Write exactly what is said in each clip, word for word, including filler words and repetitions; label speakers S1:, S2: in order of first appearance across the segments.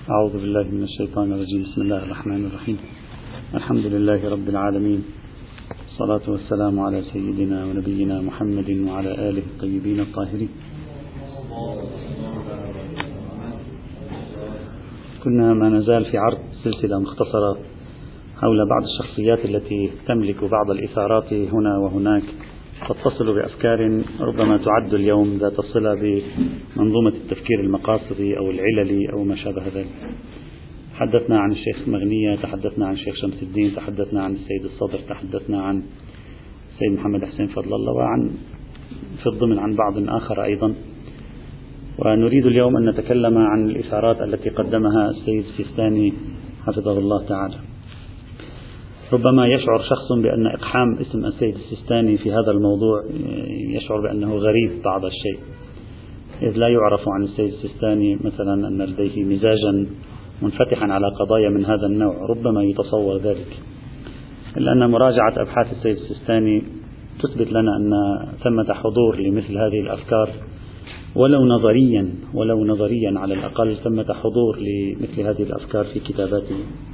S1: أعوذ بالله من الشيطان الرجيم. بسم الله الرحمن الرحيم. الحمد لله رب العالمين، الصلاة والسلام على سيدنا ونبينا محمد وعلى آله الطيبين الطاهرين. كنا ما نزال في عرض سلسلة مختصرة حول بعض الشخصيات التي تملك بعض الإثارات هنا وهناك، تتصل بأفكار ربما تعد اليوم ذات صلة بمنظومة التفكير المقاصدي أو العللي أو ما شابه ذلك. تحدثنا عن الشيخ مغنية، تحدثنا عن الشيخ شمس الدين، تحدثنا عن السيد الصدر، تحدثنا عن السيد محمد حسين فضل الله، وعن في الضمن عن بعض آخر أيضا. ونريد اليوم أن نتكلم عن الإثارات التي قدمها السيد السيستاني حفظه الله تعالى. ربما يشعر شخص بأن إقحام اسم السيد السيستاني في هذا الموضوع يشعر بأنه غريب بعض الشيء، إذ لا يعرف عن السيد السيستاني مثلا أن لديه مزاجا منفتحا على قضايا من هذا النوع، ربما يتصور ذلك، إلا أن مراجعة أبحاث السيد السيستاني تثبت لنا أن ثمة حضور لمثل هذه الأفكار، ولو نظريا ولو نظريا على الأقل ثمة حضور لمثل هذه الأفكار في كتاباته.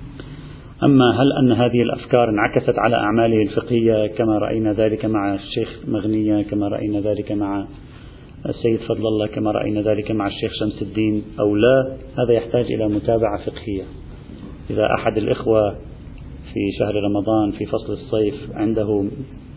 S1: أما هل أن هذه الأفكار انعكست على أعماله الفقهية كما رأينا ذلك مع الشيخ مغنية، كما رأينا ذلك مع السيد فضل الله، كما رأينا ذلك مع الشيخ شمس الدين أو لا، هذا يحتاج إلى متابعة فقهية. إذا أحد الإخوة في شهر رمضان في فصل الصيف عنده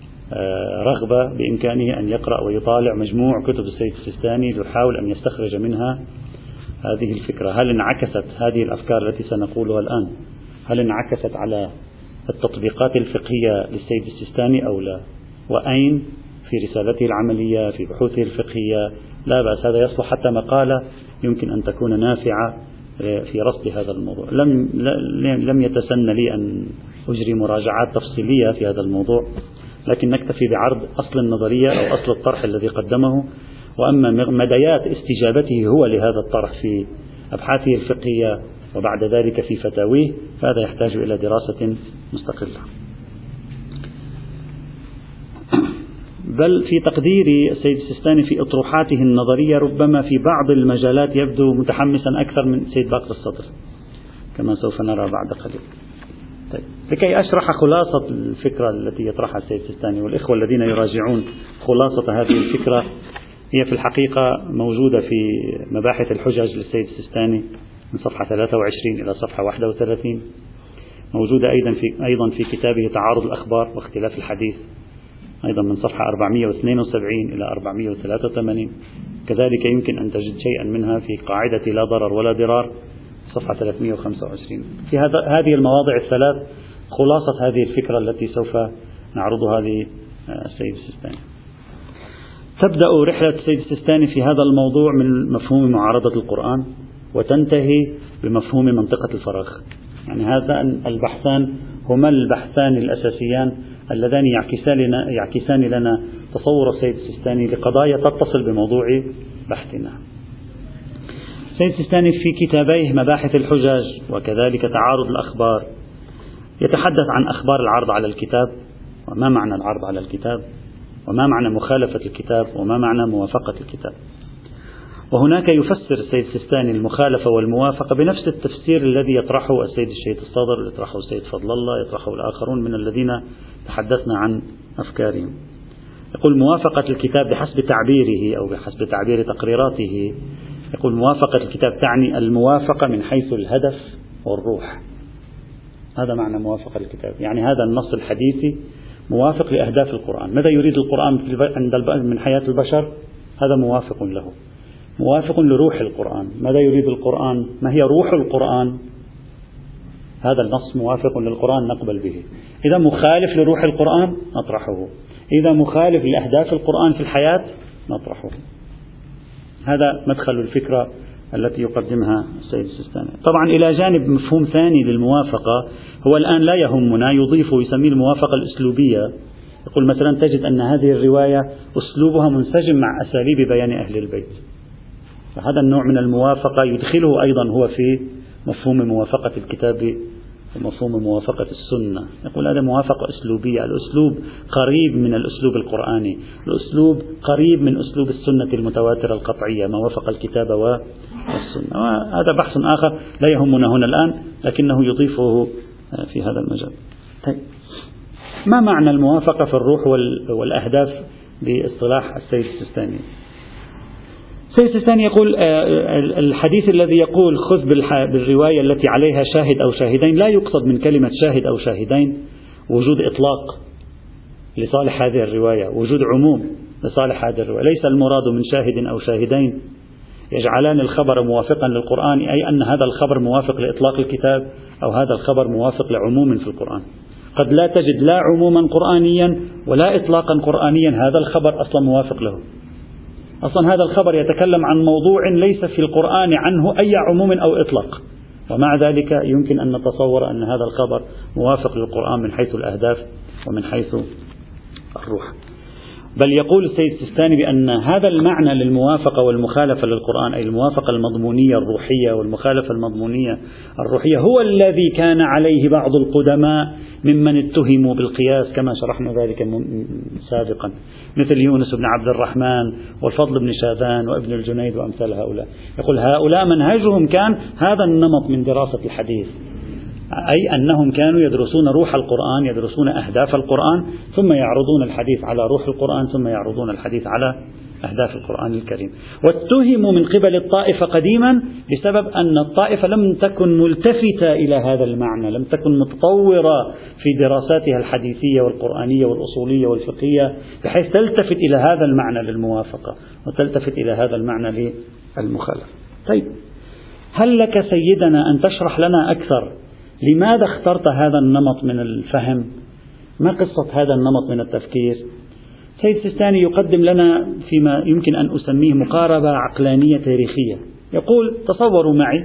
S1: رغبة بإمكانه أن يقرأ ويطالع مجموع كتب السيد السيستاني ليحاول أن يستخرج منها هذه الفكرة. هل انعكست هذه الأفكار التي سنقولها الآن، هل انعكست على التطبيقات الفقهية للسيد السيستاني أو لا؟ وأين في رسالته العملية في بحوثه الفقهية؟ لا بأس، هذا يصلح حتى مقالة يمكن أن تكون نافعة في رصد هذا الموضوع. لم لم يتسن لي أن أجري مراجعات تفصيلية في هذا الموضوع، لكن نكتفي بعرض أصل النظرية أو أصل الطرح الذي قدمه، وأما مديات استجابته هو لهذا الطرح في أبحاثه الفقهية وبعد ذلك في فتاويه، فهذا يحتاج إلى دراسة مستقلة. بل في تقديري السيد السيستاني في أطروحاته النظرية ربما في بعض المجالات يبدو متحمسا أكثر من سيد باقر الصدر، كما سوف نرى بعد قليل. طيب، لكي أشرح خلاصة الفكرة التي يطرحها السيد السيستاني، والإخوة الذين يراجعون خلاصة هذه الفكرة هي في الحقيقة موجودة في مباحث الحجج للسيد السيستاني من صفحة ثلاثة وعشرين إلى صفحة واحد وثلاثين، موجودة أيضا في أيضا في كتابه تعارض الأخبار واختلاف الحديث، أيضا من صفحة أربعمئة واثنين وسبعين إلى أربعمئة وثلاثة وثمانين. كذلك يمكن أن تجد شيئا منها في قاعدة لا ضرر ولا ضرار صفحة ثلاثمئة وخمسة وعشرين. في هذا هذه المواضع الثلاث خلاصة هذه الفكرة التي سوف نعرضها للسيد السيستاني. تبدأ رحلة السيد السيستاني في هذا الموضوع من مفهوم معارضة القرآن، وتنتهي بمفهوم منطقة الفراغ. يعني هذان البحثان هما البحثان الأساسيان اللذان يعكسان لنا, يعكسان لنا تصور السيد السيستاني لقضايا تتصل بموضوع بحثنا. السيد السيستاني في كتابيه مباحث الحجج وكذلك تعارض الأخبار يتحدث عن أخبار العرض على الكتاب، وما معنى العرض على الكتاب، وما معنى مخالفة الكتاب، وما معنى موافقة الكتاب. وهناك يفسر السيد السيستاني المخالفة والموافقة بنفس التفسير الذي يطرحه السيد الشيخ الصدر، يطرحه السيد فضل الله، يطرحه الآخرون من الذين تحدثنا عن أفكارهم. يقول موافقة الكتاب بحسب تعبيره أو بحسب تعبير تقريراته، يقول موافقة الكتاب تعني الموافقة من حيث الهدف والروح. هذا معنى موافقة الكتاب، يعني هذا النص الحديثي موافق لأهداف القرآن. ماذا يريد القرآن عند من حياة البشر؟ هذا موافق له. موافق لروح القرآن. ماذا يريد القرآن؟ ما هي روح القرآن؟ هذا النص موافق للقرآن نقبل به. إذا مخالف لروح القرآن نطرحه، إذا مخالف لأهداف القرآن في الحياة نطرحه. هذا مدخل الفكرة التي يقدمها السيد السيستاني. طبعا إلى جانب مفهوم ثاني للموافقة هو الآن لا يهمنا، يضيف ويسميه الموافقة الأسلوبية. يقول مثلا تجد أن هذه الرواية أسلوبها منسجم مع أساليب بيان أهل البيت، فهذا النوع من الموافقة يدخله أيضا هو في مفهوم موافقة الكتاب ومفهوم موافقة السنة. يقول هذا موافقة أسلوبية، الأسلوب قريب من الأسلوب القرآني، الأسلوب قريب من أسلوب السنة المتواترة القطعية، ما وافق الكتاب والسنة. هذا بحث آخر لا يهمنا هنا الآن، لكنه يضيفه في هذا المجال. طيب، ما معنى الموافقة في الروح والأهداف باصطلاح السيد السيستاني؟ السيد السيستاني يقول الحديث الذي يقول خذ بالرواية التي عليها شاهد أو شاهدين، لا يقصد من كلمة شاهد أو شاهدين وجود إطلاق لصالح هذه الرواية، وجود عموم لصالح هذه الرواية. ليس المراد من شاهد أو شاهدين يجعلان الخبر موافقا للقرآن، أي أن هذا الخبر موافق لإطلاق الكتاب أو هذا الخبر موافق لعموم في القرآن. قد لا تجد لا عموما قرآنيا ولا إطلاقا قرآنيا هذا الخبر أصلا موافق له. أصلا هذا الخبر يتكلم عن موضوع ليس في القرآن عنه أي عموم أو إطلاق، ومع ذلك يمكن أن نتصور أن هذا الخبر موافق للقرآن من حيث الأهداف ومن حيث الروح. بل يقول السيد السيستاني بأن هذا المعنى للموافقة والمخالفة للقرآن، أي الموافقة المضمونية الروحية والمخالفة المضمونية الروحية، هو الذي كان عليه بعض القدماء ممن اتهموا بالقياس كما شرحنا ذلك سابقا، مثل يونس بن عبد الرحمن والفضل بن شاذان وابن الجنيد وأمثال هؤلاء. يقول هؤلاء منهجهم كان هذا النمط من دراسة الحديث، أي أنهم كانوا يدرسون روح القرآن، يدرسون أهداف القرآن، ثم يعرضون الحديث على روح القرآن، ثم يعرضون الحديث على أهداف القرآن الكريم. واتهموا من قبل الطائفة قديما بسبب أن الطائفة لم تكن ملتفتة إلى هذا المعنى، لم تكن متطورة في دراساتها الحديثية والقرآنية والأصولية والفقهية بحيث تلتفت إلى هذا المعنى للموافقة وتلتفت إلى هذا المعنى للمخالفة. طيب، هل لك سيدنا أن تشرح لنا أكثر لماذا اخترت هذا النمط من الفهم؟ ما قصة هذا النمط من التفكير؟ سيد السيستاني يقدم لنا فيما يمكن أن أسميه مقاربة عقلانية تاريخية. يقول تصوروا معي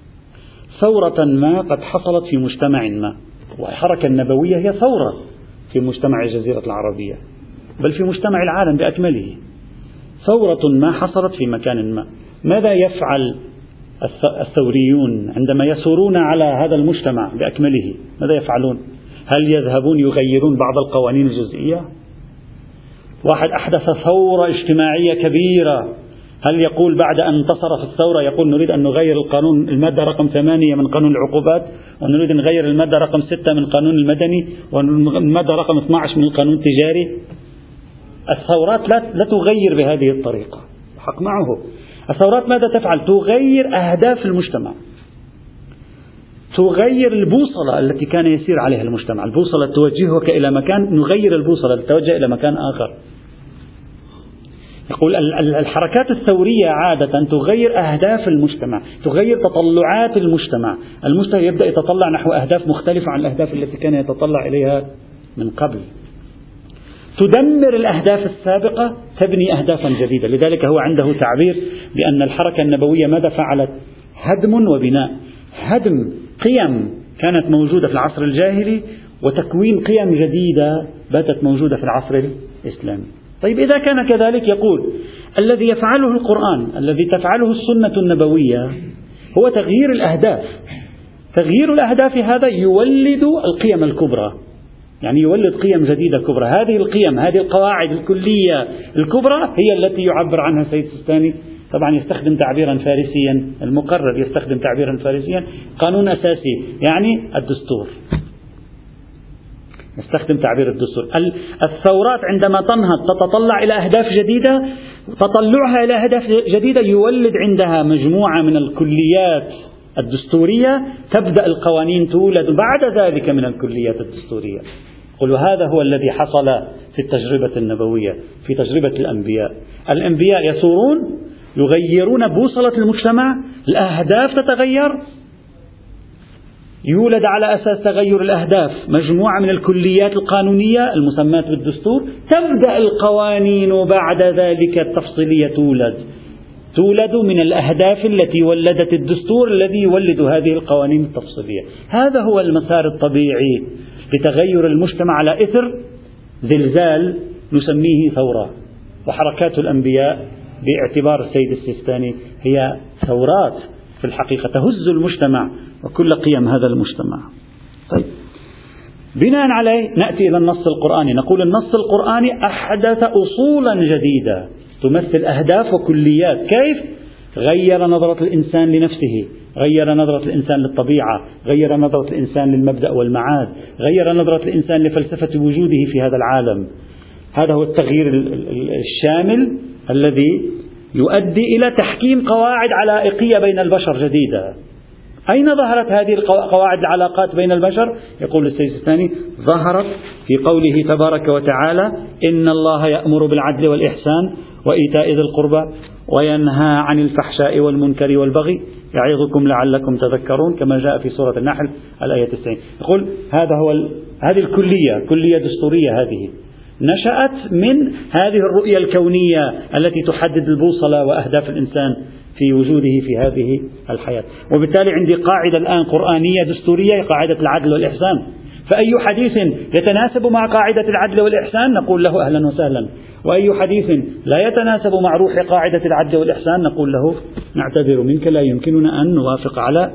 S1: ثورة ما قد حصلت في مجتمع ما، والحركة النبوية هي ثورة في مجتمع الجزيرة العربية بل في مجتمع العالم بأكمله. ثورة ما حصلت في مكان ما، ماذا يفعل الثوريون عندما يثورون على هذا المجتمع بأكمله؟ ماذا يفعلون؟ هل يذهبون يغيرون بعض القوانين الجزئية؟ واحد أحدث ثورة اجتماعية كبيرة، هل يقول بعد أن انتصر في الثورة يقول نريد أن نغير القانون المادة رقم ثمانية من قانون العقوبات، ونريد أن نغير المادة رقم ستة من القانون المدني، والمادة رقم اثني عشر من القانون التجاري؟ الثورات لا, لا تغير بهذه الطريقة، حق معه. الثورات ماذا تفعل؟ تغير أهداف المجتمع، تغير البوصلة التي كان يسير عليها المجتمع، البوصلة توجهك إلى مكان، نغير البوصلة لتوجه إلى مكان آخر. يقول الحركات الثورية عادة تغير أهداف المجتمع، تغير تطلعات المجتمع، المجتمع يبدأ يتطلع نحو أهداف مختلفة عن الأهداف التي كان يتطلع إليها من قبل، تدمر الأهداف السابقة، تبني أهدافا جديدة. لذلك هو عنده تعبير بأن الحركة النبوية ماذا فعلت؟ هدم وبناء، هدم قيم كانت موجودة في العصر الجاهلي وتكوين قيم جديدة باتت موجودة في العصر الإسلامي. طيب، إذا كان كذلك يقول الذي يفعله القرآن، الذي تفعله السنة النبوية هو تغيير الأهداف. تغيير الأهداف هذا يولد القيم الكبرى، يعني يولد قيم جديدة كبرى. هذه القيم، هذه القواعد الكلية الكبرى هي التي يعبر عنها سيد السيستاني. طبعا يستخدم تعبيرا فارسيا، المقرر يستخدم تعبيرا فارسيا، قانون أساسي يعني الدستور، يستخدم تعبير الدستور. الثورات عندما تنهض تتطلع إلى أهداف جديدة، تطلعها إلى أهداف جديدة يولد عندها مجموعة من الكليات الدستورية، تبدأ القوانين تولد بعد ذلك من الكليات الدستورية. قل هذا هو الذي حصل في التجربة النبوية، في تجربة الأنبياء. الأنبياء يثورون، يغيرون بوصلة المجتمع، الأهداف تتغير، يولد على أساس تغير الأهداف مجموعة من الكليات القانونية المسماة بالدستور، تبدأ القوانين بعد ذلك التفصيلية تولد تولد من الأهداف التي ولدت الدستور الذي يولد هذه القوانين التفصيلية. هذا هو المسار الطبيعي لتغير المجتمع على إثر زلزال نسميه ثورة. وحركات الأنبياء باعتبار السيد السيستاني هي ثورات في الحقيقة تهز المجتمع وكل قيم هذا المجتمع. طيب، بناء عليه نأتي إلى النص القرآني، نقول النص القرآني أحدث أصولا جديدة تمثل أهداف وكليات. كيف؟ غير نظرة الإنسان لنفسه، غير نظرة الإنسان للطبيعة، غير نظرة الإنسان للمبدأ والمعاد، غير نظرة الإنسان لفلسفة وجوده في هذا العالم. هذا هو التغيير الشامل الذي يؤدي إلى تحكيم قواعد علائقية بين البشر جديدة. أين ظهرت هذه القواعد العلاقات بين البشر؟ يقول السيد الثاني: ظهرت في قوله تبارك وتعالى: إن الله يأمر بالعدل والإحسان وإيتاء ذي القربى وينهى عن الفحشاء والمنكر والبغي يعظكم لعلكم تذكرون، كما جاء في سورة النحل الآية تسعين. يقول هذا هو ال... هذه الكلية، كلية دستورية هذه نشأت من هذه الرؤية الكونية التي تحدد البوصلة وأهداف الإنسان في وجوده في هذه الحياة. وبالتالي عندي قاعدة الآن قرآنية دستورية، قاعدة العدل والإحسان، فأي حديث يتناسب مع قاعدة العدل والإحسان نقول له أهلا وسهلا، وأي حديث لا يتناسب مع روح قاعدة العدل والإحسان نقول له نعتذر منك، لا يمكننا أن نوافق على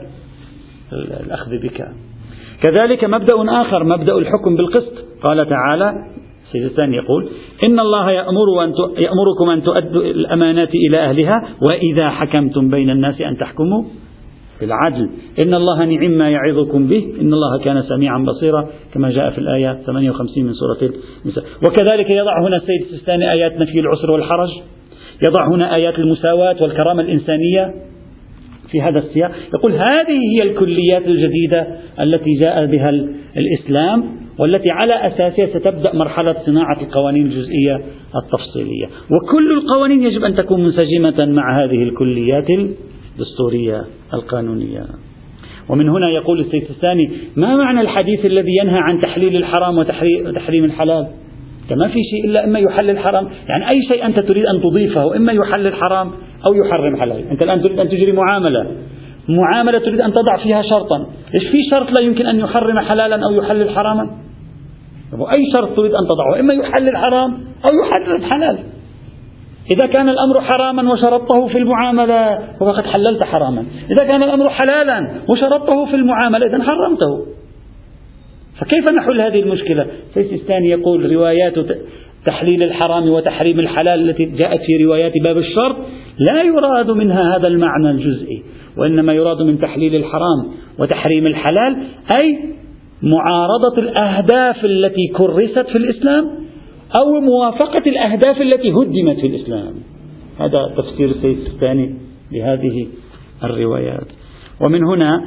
S1: الأخذ بك. كذلك مبدأ آخر، مبدأ الحكم بالقسط. قال تعالى، السيد الثاني يقول: إن الله يأمر أن يأمركم أن تؤدوا الأمانات إلى أهلها وإذا حكمتم بين الناس أن تحكموا بالعدل إن الله نعم ما يعظكم به إن الله كان سميعا بصيرا، كما جاء في الآية ثمانية وخمسين من سورة النساء. وكذلك يضع هنا السيد السيستاني آيات نفي العسر والحرج، يضع هنا آيات المساواة والكرامة الإنسانية في هذا السياق. يقول هذه هي الكليات الجديدة التي جاء بها الإسلام، والتي على أساسها ستبدأ مرحلة صناعة القوانين الجزئية التفصيلية. وكل القوانين يجب أن تكون منسجمة مع هذه الكليات الدستورية القانونية. ومن هنا يقول السيد الثاني: ما معنى الحديث الذي ينهى عن تحليل الحرام وتحريم الحلال؟ كما في شيء إلا إما يحلل حرام، يعني أي شيء أنت تريد أن تضيفه إما يحلل حرام أو يحرم حلال. أنت الآن تريد أن تجري معاملة معاملة تريد أن تضع فيها شرطا، إيش في شرط لا يمكن أن يحرم حلالا أو يحلل حراما؟ أي شرط تريد أن تضعه إما يحلل حرام أو يحرم حلال. إذا كان الأمر حراما وشرطته في المعاملة فقد حللت حراما، إذا كان الأمر حلالا وشرطته في المعاملة إذن حرمته. فكيف نحل هذه المشكلة؟ السيستاني يقول: روايات تحليل الحرام وتحريم الحلال التي جاءت في روايات باب الشرط لا يراد منها هذا المعنى الجزئي، وإنما يراد من تحليل الحرام وتحريم الحلال أي معارضة الأهداف التي كرست في الإسلام أو موافقة الأهداف التي هدمت في الإسلام. هذا تفسير السيد السيستاني لهذه الروايات. ومن هنا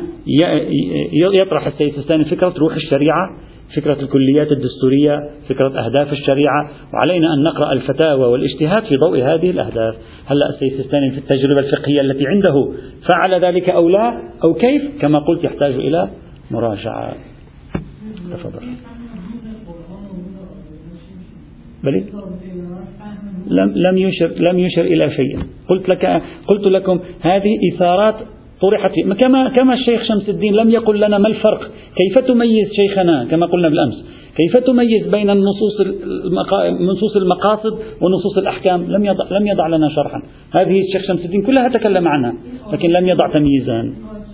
S1: يطرح السيد السيستاني فكرة روح الشريعة، فكرة الكليات الدستورية، فكرة أهداف الشريعة، وعلينا أن نقرأ الفتاوى والاجتهاد في ضوء هذه الأهداف. هلأ السيد السيستاني في التجربة الفقهية التي عنده فعل ذلك أو لا أو كيف، كما قلت يحتاج إلى مراجعة. تفضل. بلي؟ لم لم يشر لم يشر إلى شيء. قلت لك قلت لكم هذه إثارات طرحت كما كما الشيخ شمس الدين لم يقل لنا ما الفرق، كيف تميز شيخنا كما قلنا بالأمس، كيف تميز بين النصوص نصوص المقاصد ونصوص الأحكام، لم يضع لم يضع لنا شرحا. هذه الشيخ شمس الدين كلها تكلم عنها لكن لم يضع تمييزا.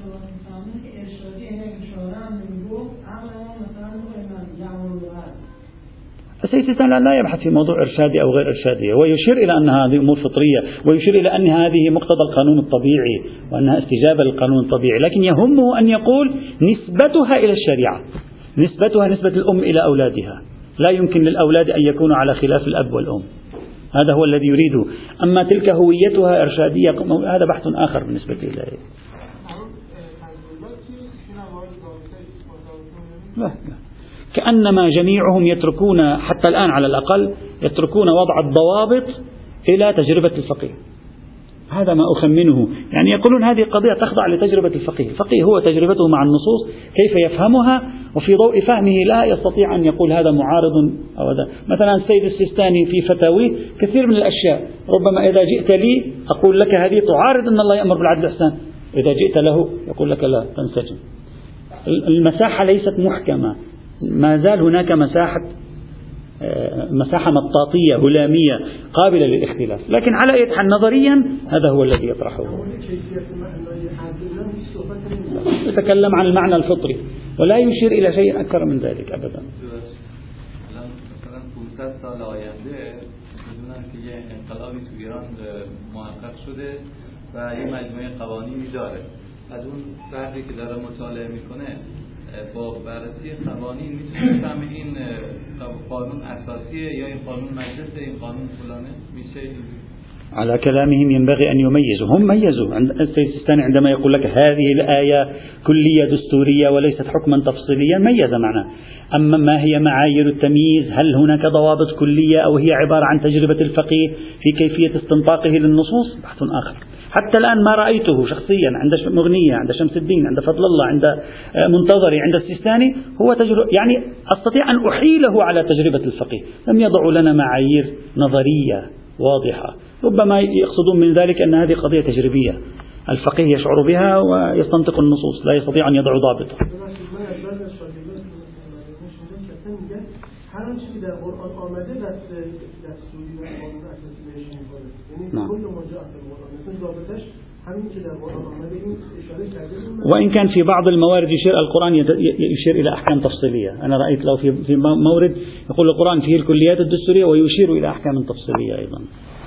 S1: السيد لا يبحث في موضوع إرشادي أو غير إرشادي، ويشير إلى أن هذه أمور فطرية، ويشير إلى أن هذه مقتضى القانون الطبيعي وأنها استجابة للقانون الطبيعي، لكن يهمه أن يقول نسبتها إلى الشريعة، نسبتها نسبة الأم إلى أولادها، لا يمكن للأولاد أن يكونوا على خلاف الأب والأم، هذا هو الذي يريده. أما تلك هويتها إرشادية هذا بحث آخر بالنسبة إليه. لا لا. كأنما جميعهم يتركون حتى الآن على الأقل يتركون وضع الضوابط إلى تجربة الفقيه. هذا ما أخمنه، يعني يقولون هذه قضية تخضع لتجربة الفقيه، الفقيه هو تجربته مع النصوص كيف يفهمها، وفي ضوء فهمه لا يستطيع أن يقول هذا معارض أو هذا. مثلا السيد السيستاني في فتاويه كثير من الأشياء ربما إذا جئت لي أقول لك هذه تعارض أن الله يأمر بالعدل والإحسان، إذا جئت له يقول لك لا تنسجم. المساحة ليست محكمة، ما زال هناك مساحة مساحة مطاطية هلامية قابلة للاختلاف، لكن على أي حال نظريا هذا هو الذي يطرحه. يتكلم عن المعنى الفطري ولا يشير إلى شيء أكثر من ذلك أبدا.
S2: سال آینده میدونن که یه انقلابی تو ایران محقق شده و یه مجموعه قوانینی داره. از اون فردی که داره مطالعه میکنه با بررسی قوانین میتونه بفهمه این قانون اساسیه یا این قانون مجلسه، این قانون فلانه. میشه
S1: على كلامهم ينبغي أن يميزوا. هم ميزوا. السيد السيستاني عندما يقول لك هذه الآية كلية دستورية وليست حكما تفصيليا ميز معناه. أما ما هي معايير التمييز؟ هل هناك ضوابط كلية أو هي عبارة عن تجربة الفقيه في كيفية استنطاقه للنصوص؟ بحث آخر. حتى الآن ما رأيته شخصيا عند مغنية، عند شمس الدين، عند فضل الله، عند منتظري، عند السيستاني هو تجربة، يعني أستطيع أن أحيله على تجربة الفقيه. لم يضعوا لنا معايير نظرية واضحة. ربما يقصدون من ذلك أن هذه قضية تجريبية، الفقيه يشعر بها ويستنطق النصوص، لا يستطيع أن يضع ضابطا. وإن كان في بعض الموارد يشير القرآن يشير إلى أحكام تفصيلية. أنا رأيت له في مورد يقول القرآن فيه الكليات الدستورية ويشير إلى أحكام تفصيلية أيضا.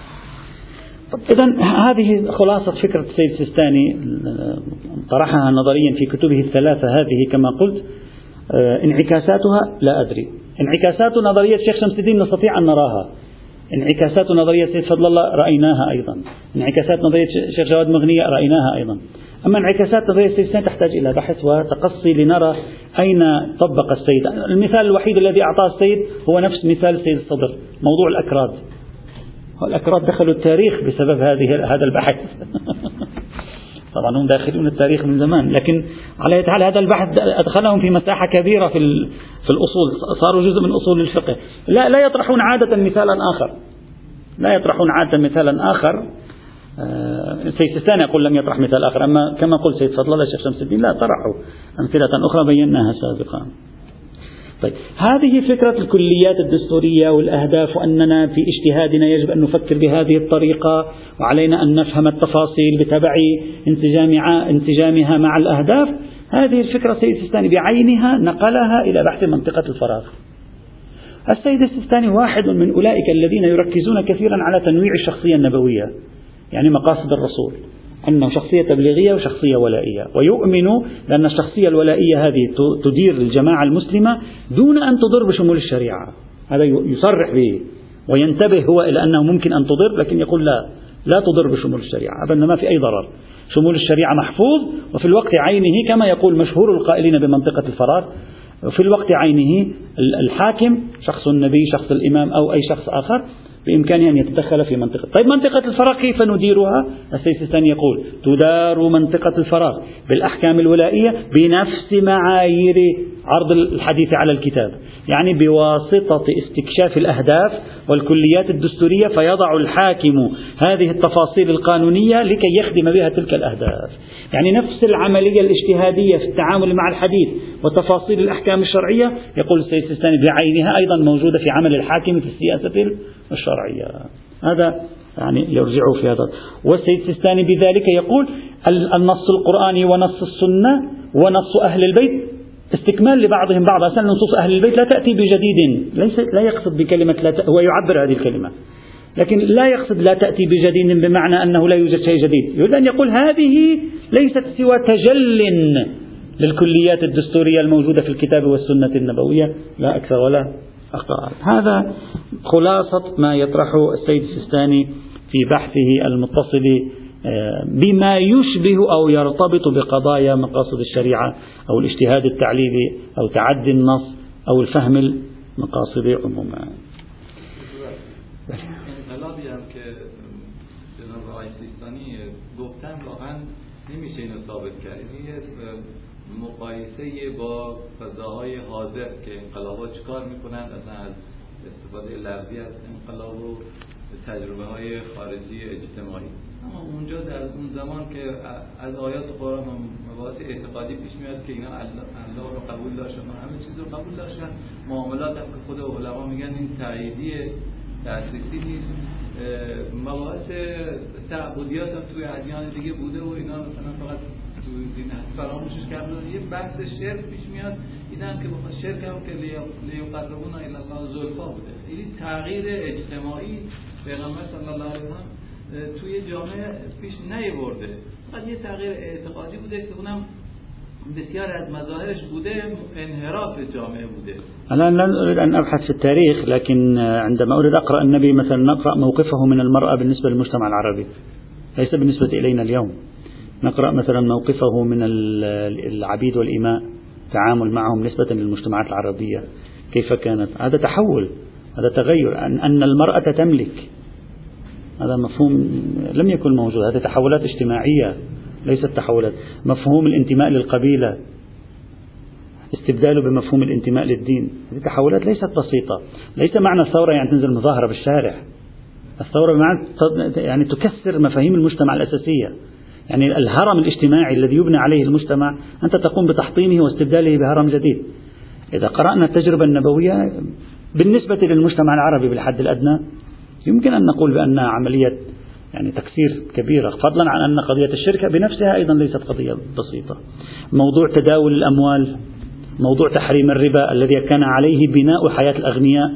S1: إذن هذه خلاصة فكرة السيد السيستاني، طرحها نظريا في كتبه الثلاثة هذه كما قلت. انعكاساتها لا أدري. انعكاسات نظرية الشيخ شمس الدين نستطيع أن نراها، انعكاسات نظرية السيد فضل الله رأيناها أيضا، انعكاسات نظرية الشيخ جواد مغنية رأيناها أيضا. أما انعكاسات نظرية السيد السيستاني تحتاج إلى بحث وتقصي لنرى أين طبق السيد. المثال الوحيد الذي أعطاه السيد هو نفس مثال السيد الصدر، موضوع الأكراد. الأكراد دخلوا التاريخ بسبب هذه هذا البحث. طبعا هم داخلون التاريخ من زمان، لكن على حال هذا البحث أدخلهم في مساحة كبيرة في في الأصول، صاروا جزء من أصول الفقه. لا لا يطرحون عادة مثالا آخر، لا يطرحون عادة مثالا آخر. سيد السيستاني يقول لم يطرح مثال آخر، أما كما قلت سيد فضل الله الشيخ شمس الدين لا طرحوا أمثلة أخرى بيناها سابقا. طيب، هذه فكرة الكليات الدستورية والأهداف، وأننا في اجتهادنا يجب أن نفكر بهذه الطريقة وعلينا أن نفهم التفاصيل بتبع انسجامها مع الأهداف. هذه الفكرة السيد السيستاني بعينها نقلها إلى بحث منطقة الفراغ. السيد السيستاني واحد من أولئك الذين يركزون كثيرا على تنويع الشخصية النبوية، يعني مقاصد الرسول، أنه شخصية تبليغية وشخصية ولائية، ويؤمن بأن الشخصية الولائية هذه تدير الجماعة المسلمة دون أن تضر بشمول الشريعة. هذا يصرح به وينتبه هو إلى أنه ممكن أن تضر، لكن يقول لا لا تضر بشمول الشريعة أبدا، ما في أي ضرر. شمول الشريعة محفوظ، وفي الوقت عينه كما يقول مشهور القائلين بمنطقة الفراغ، وفي الوقت عينه الحاكم شخص النبي، شخص الإمام أو أي شخص آخر بإمكانه أن يتدخل في منطقة. طيب، منطقة الفراغ كيف نديرها؟ السيد السيستاني يقول تدار منطقة الفراغ بالأحكام الولائية بنفس معايير عرض الحديث على الكتاب، يعني بواسطة استكشاف الأهداف والكليات الدستورية، فيضع الحاكم هذه التفاصيل القانونية لكي يخدم بها تلك الأهداف. يعني نفس العملية الاجتهادية في التعامل مع الحديث وتفاصيل الأحكام الشرعية، يقول السيد السيستاني بعينها أيضا موجودة في عمل الحاكم في السياسة الشرعية. هذا يعني يرجع في هذا. والسيد السيستاني بذلك يقول النص القرآني ونص السنة ونص أهل البيت استكمال لبعضهم بعض. أصلا نصوص أهل البيت لا تأتي بجديد، ليس لا يقصد بكلمة لا ت... هو يعبر هذه الكلمة، لكن لا يقصد لا تأتي بجديد بمعنى أنه لا يوجد شيء جديد. يريد أن يقول هذه ليست سوى تجل للكليات الدستورية الموجودة في الكتاب والسنة النبوية، لا أكثر ولا أقل. هذا خلاصة ما يطرحه السيد السيستاني في بحثه المتصل بما يشبه أو يرتبط بقضايا مقاصد الشريعة أو الاجتهاد التعليلي أو تعدي النص أو الفهم المقاصد عموما.
S2: انقلابی هم که جناب آقای سیستانی گفتن واقعا نمیشه اینو ثابت کرد. این مقایسه با فضاهای حاضر که انقلاب‌ها چیکار میکنن، اصلا از استفاده لفظی از انقلاب و تجربه های خارجی اجتماعی. اما اونجا در اون زمان که از آیات قرآن و مباحث اعتقادی پیش میاد که اینا الله رو قبول داشتن و همه چیز رو قبول داشتن، معاملات هم که خود علما میگن این تاییدی تأسیسی نیست، مباحث تعبدیات هم توی ادیان دیگه بوده و اینا مثلا فقط توی دین فراموشش کردن. یه بحث شرک پیش میاد، اینا هم که بخواد شرک هم که لیقربونا الی الله زلفا بوده. این تغییر اجتماعی پیغمبر صلی الله علیه و سلم توی جامعه پیش نیاورده، فقط یه تغییر اعتقادی بوده که اونم بسیار از مظاهرش بوده انحراف جامعه بوده.
S1: الآن لا أريد أن أبحث في التاريخ، لكن عندما أريد أقرأ النبي مثلا نقرأ موقفه من المرأة بالنسبة للمجتمع العربي، ليس بالنسبة إلينا اليوم. نقرأ مثلا موقفه من العبيد والإماء، تعامل معهم نسبة للمجتمعات العربية كيف كانت. هذا تحول، هذا تغير، أن أن المرأة تملك، هذا مفهوم لم يكن موجود. هذه تحولات اجتماعية ليست تحولات. مفهوم الانتماء للقبيلة استبداله بمفهوم الانتماء للدين، هذه تحولات ليست بسيطة. ليس معنى الثورة يعني تنزل مظاهرة بالشارع، الثورة بمعنى يعني تكسر مفاهيم المجتمع الأساسية، يعني الهرم الاجتماعي الذي يبنى عليه المجتمع أنت تقوم بتحطيمه واستبداله بهرم جديد. إذا قرأنا التجربة النبوية بالنسبة للمجتمع العربي بالحد الأدنى يمكن أن نقول بأنها عملية يعني تكسير كبيرة، فضلا عن أن قضية الشركة بنفسها أيضا ليست قضية بسيطة. موضوع تداول الأموال، موضوع تحريم الربا الذي كان عليه بناء حياة الأغنياء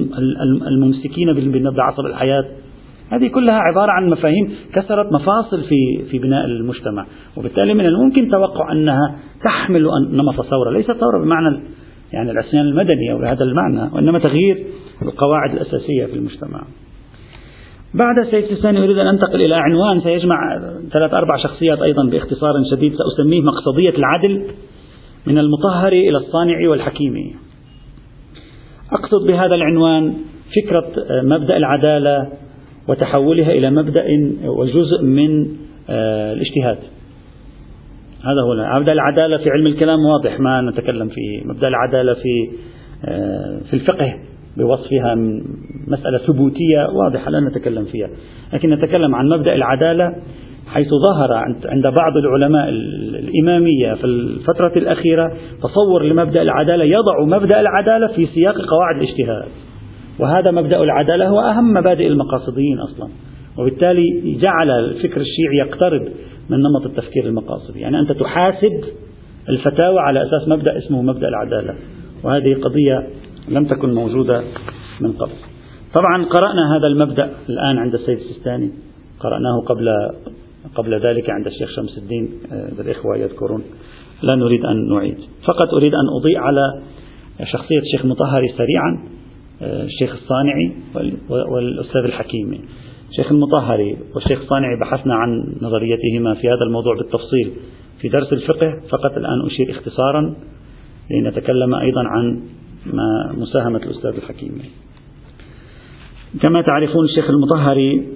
S1: الممسكين بعصب الحياة، هذه كلها عبارة عن مفاهيم كسرت مفاصل في في بناء المجتمع، وبالتالي من الممكن توقع أنها تحمل نمط ثورة، ليست ثورة بمعنى يعني العصيان المدني أو هذا المعنى، وإنما تغيير القواعد الأساسية في المجتمع. بعد السيد السيستاني أريد أن أنتقل إلى عنوان سيجمع ثلاث أربع شخصيات أيضا باختصار شديد، سأسميه مقصدية العدل من المطهر إلى الصانع والحكيم. أقصد بهذا العنوان فكرة مبدأ العدالة وتحولها إلى مبدأ وجزء من الاجتهاد. هذا هو مبدأ العدالة في علم الكلام، واضح ما نتكلم فيه. مبدأ العدالة في في الفقه بوصفها مسألة ثبوتية واضحة لا نتكلم فيها، لكن نتكلم عن مبدأ العدالة حيث ظهر عند بعض العلماء الإمامية في الفترة الأخيرة تصور لمبدأ العدالة يضع مبدأ العدالة في سياق قواعد الاجتهاد، وهذا مبدأ العدالة هو أهم مبادئ المقاصديين أصلا، وبالتالي جعل الفكر الشيعي يقترب من نمط التفكير المقاصدي، يعني أنت تحاسب الفتاوى على أساس مبدأ اسمه مبدأ العدالة، وهذه قضية لم تكن موجودة من قبل. طبعا قرأنا هذا المبدأ الآن عند السيد السيستاني، قرأناه قبل قبل ذلك عند الشيخ شمس الدين، الإخوة يذكرون، لا نريد أن نعيد، فقط أريد أن أضيء على شخصية الشيخ المطهري سريعا، الشيخ الصانعي والأستاذ الحكيمي. الشيخ المطهري والشيخ الصانعي بحثنا عن نظريتهما في هذا الموضوع بالتفصيل في درس الفقه، فقط الآن أشير اختصارا لنتكلم أيضا عن ما مساهمة الأستاذ الحكيمي. كما تعرفون الشيخ المطهري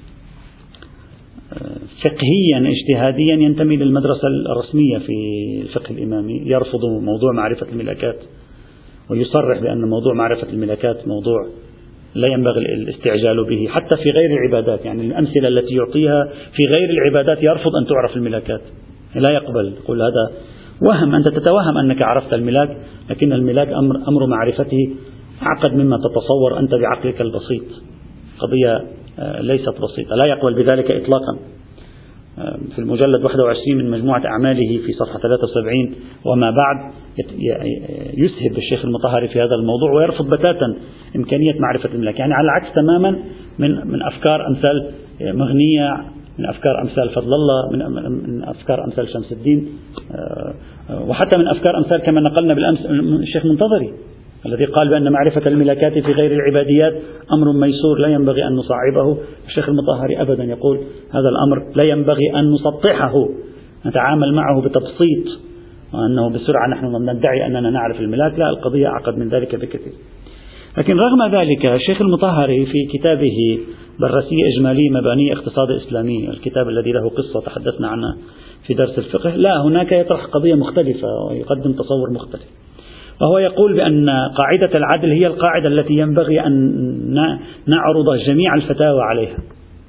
S1: فقهيا اجتهاديا ينتمي للمدرسة الرسمية في الفقه الإمامي، يرفض موضوع معرفة الملاكات، ويصرح بأن موضوع معرفة الملاكات موضوع لا ينبغي الاستعجال به حتى في غير العبادات، يعني الأمثلة التي يعطيها في غير العبادات يرفض أن تعرف الملاكات، لا يقبل، يقول هذا وهم، أنت تتوهم أنك عرفت الملاك، لكن الملاك أمر, أمر معرفته أعقد مما تتصور أنت بعقلك البسيط، قضية ليست بسيطة، لا يقبل بذلك إطلاقا. في المجلد واحد وعشرين من مجموعة أعماله في صفحة ثلاثة وسبعين وما بعد يسهب الشيخ المطهري في هذا الموضوع ويرفض بتاتا إمكانية معرفة الملاك، يعني على العكس تماما من من أفكار أمثال مغنية، من أفكار أمثال فضل الله، من من أفكار أمثال شمس الدين، وحتى من أفكار أمثال كما نقلنا بالأمس الشيخ منتظري الذي قال بأن معرفة الملاكات في غير العباديات أمر ميسور لا ينبغي أن نصعبه. الشيخ المطهري أبدا يقول هذا الأمر لا ينبغي أن نسطحه، نتعامل معه بتبسيط، وأنه بسرعة نحن ندعي أننا نعرف الملاك، لا، القضية أعقد من ذلك بكثير. لكن رغم ذلك الشيخ المطهري في كتابه براسية إجمالية مبانية اقتصاد إسلامي، الكتاب الذي له قصة تحدثنا عنها في درس الفقه، لا، هناك يطرح قضية مختلفة ويقدم تصور مختلف، وهو يقول بأن قاعدة العدل هي القاعدة التي ينبغي أن نعرض جميع الفتاوى عليها،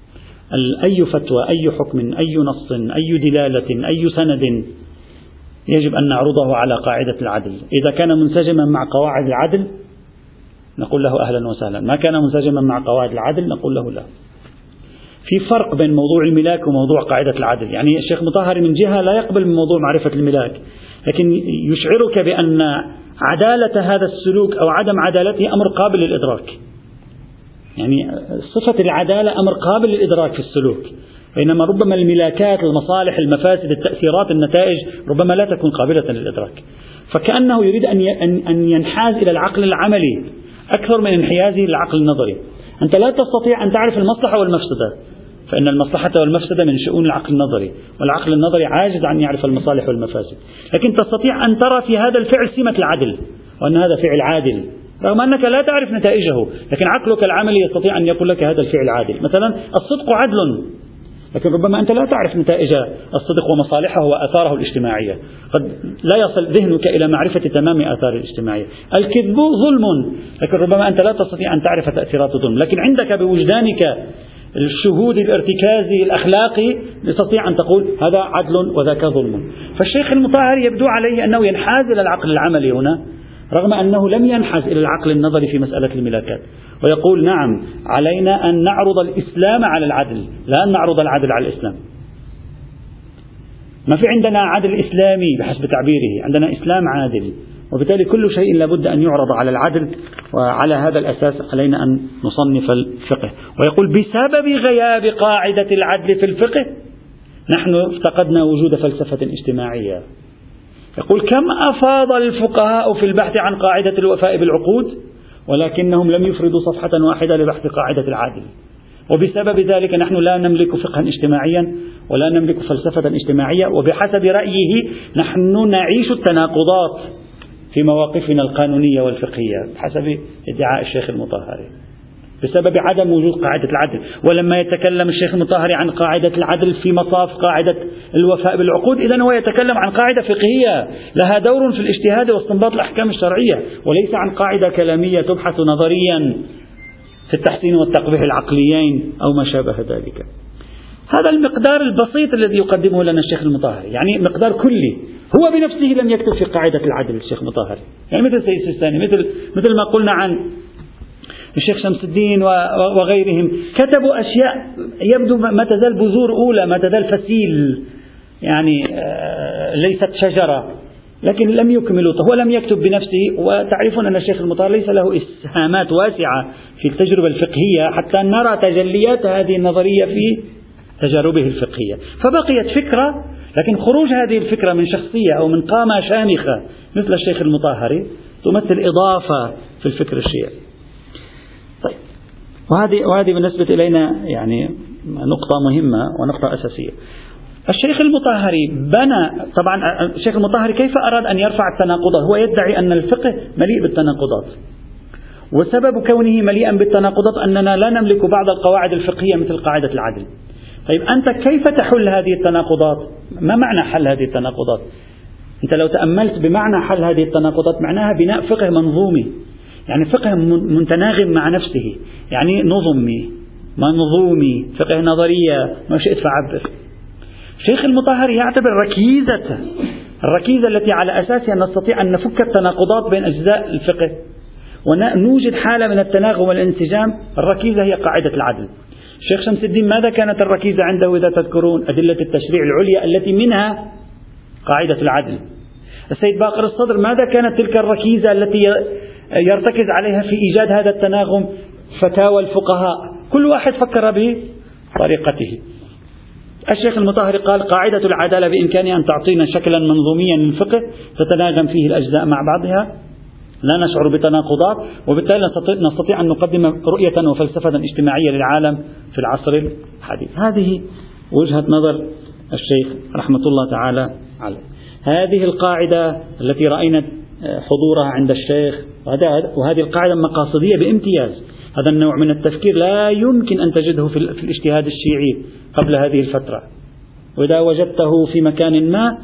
S1: أي فتوى، أي حكم، أي نص، أي دلالة، أي سند يجب أن نعرضه على قاعدة العدل. إذا كان منسجما مع قواعد العدل نقول له أهلا وسهلا، ما كان منسجما مع قواعد العدل نقول له لا. في فرق بين موضوع الملاك وموضوع قاعدة العدل. يعني الشيخ مطهري من جهة لا يقبل من موضوع معرفة الملاك، لكن يشعرك بأن عدالة هذا السلوك أو عدم عدالته أمر قابل للإدراك. يعني صفة العدالة أمر قابل للإدراك في السلوك، بينما ربما الملاكات، المصالح، المفاسد، التأثيرات، النتائج ربما لا تكون قابلة للإدراك. فكأنه يريد أن ينحاز إلى العقل العملي أكثر من انحيازه للعقل النظري. أنت لا تستطيع أن تعرف المصلحة والمفسدة، فإن المصلحة والمفسدة من شؤون العقل النظري، والعقل النظري عاجز عن يعرف المصالح والمفاسد. لكن تستطيع أن ترى في هذا الفعل سمة العدل، وأن هذا فعل عادل رغم أنك لا تعرف نتائجه، لكن عقلك العملي يستطيع أن يقول لك هذا الفعل عادل. مثلا الصدق عدل، لكن ربما أنت لا تعرف نتائج الصدق ومصالحه وآثاره الاجتماعية، قد لا يصل ذهنك إلى معرفة تمام آثاره الاجتماعية. الكذب ظلم، لكن ربما أنت لا تستطيع أن تعرف تأثيرات الظلم، لكن عندك بوجدانك الشهود الارتكازي الأخلاقي تستطيع أن تقول هذا عدل وذاك ظلم. فالشيخ المطهري يبدو عليه أنه ينحاز إلى العقل العملي هنا، رغم أنه لم ينحاز إلى العقل النظري في مسألة الملاكات، ويقول نعم علينا أن نعرض الإسلام على العدل، لا أن نعرض العدل على الإسلام. ما في عندنا عدل إسلامي بحسب تعبيره، عندنا إسلام عادل، وبالتالي كل شيء لابد أن يعرض على العدل، وعلى هذا الأساس علينا أن نصنف الفقه. ويقول بسبب غياب قاعدة العدل في الفقه نحن افتقدنا وجود فلسفة اجتماعية. يقول كم أفاض الفقهاء في البحث عن قاعدة الوفاء بالعقود، ولكنهم لم يفردوا صفحة واحدة لبحث قاعدة العدل، وبسبب ذلك نحن لا نملك فقها اجتماعيا ولا نملك فلسفة اجتماعية، وبحسب رأيه نحن نعيش التناقضات في مواقفنا القانونية والفقهية بحسب ادعاء الشيخ المطهري بسبب عدم وجود قاعدة العدل. ولما يتكلم الشيخ المطهري عن قاعدة العدل في مصاف قاعدة الوفاء بالعقود، إذن هو يتكلم عن قاعدة فقهية لها دور في الاجتهاد واستنباط الأحكام الشرعية، وليس عن قاعدة كلامية تبحث نظريا في التحسين والتقبيح العقليين أو ما شابه ذلك. هذا المقدار البسيط الذي يقدمه لنا الشيخ المطهري، يعني مقدار كلي. هو بنفسه لم يكتب في قاعدة العدل الشيخ المطهري، يعني مثل السيد السيستاني، مثل مثل ما قلنا عن الشيخ شمس الدين وغيرهم، كتبوا أشياء يبدو ما تزال بذور أولى، ما تزال فسيل، يعني ليست شجرة، لكن لم يكملوا. هو لم يكتب بنفسه، وتعرفون أن الشيخ المطهري ليس له إسهامات واسعة في التجربة الفقهية حتى نرى تجليات هذه النظرية في تجاربه الفقهية. فبقيت فكرة، لكن خروج هذه الفكرة من شخصية أو من قامة شامخة مثل الشيخ المطهري تمثل إضافة في الفكر الشيعي. طيب، وهذه وهذه بالنسبة إلينا يعني نقطة مهمة ونقطة أساسية. الشيخ المطهري بنى، طبعا الشيخ المطهري كيف أراد أن يرفع التناقضات؟ هو يدعي أن الفقه مليء بالتناقضات، وسبب كونه مليئا بالتناقضات أننا لا نملك بعض القواعد الفقهية مثل قاعدة العدل. طيب أنت كيف تحل هذه التناقضات؟ ما معنى حل هذه التناقضات؟ أنت لو تأملت بمعنى حل هذه التناقضات معناها بناء فقه منظومي، يعني فقه متناغم مع نفسه، يعني نظمي منظومي، فقه نظرية، ما شئت فعبر. الشيخ المطهري يعتبر ركيزة الركيزة التي على أساسها نستطيع أن نفك التناقضات بين أجزاء الفقه ونوجد حالة من التناغم والانسجام. الركيزة هي قاعدة العدل. الشيخ شمس الدين ماذا كانت الركيزة عنده إذا تذكرون؟ أدلة التشريع العليا التي منها قاعدة العدل. السيد باقر الصدر ماذا كانت تلك الركيزة التي يرتكز عليها في إيجاد هذا التناغم؟ فتاوى الفقهاء، كل واحد فكر بطريقته. الشيخ المطهري قال قاعدة العدالة بإمكانها أن تعطينا شكلا منظوميا للفقه تتناغم فيه الأجزاء مع بعضها، لا نشعر بتناقضات، وبالتالي نستطيع أن نقدم رؤية وفلسفة اجتماعية للعالم في العصر الحديث. هذه وجهة نظر الشيخ رحمة الله تعالى عليه. هذه القاعدة التي رأينا حضورها عند الشيخ، وهذه القاعدة مقاصدية بامتياز. هذا النوع من التفكير لا يمكن أن تجده في الاجتهاد الشيعي قبل هذه الفترة، وإذا وجدته في مكان ما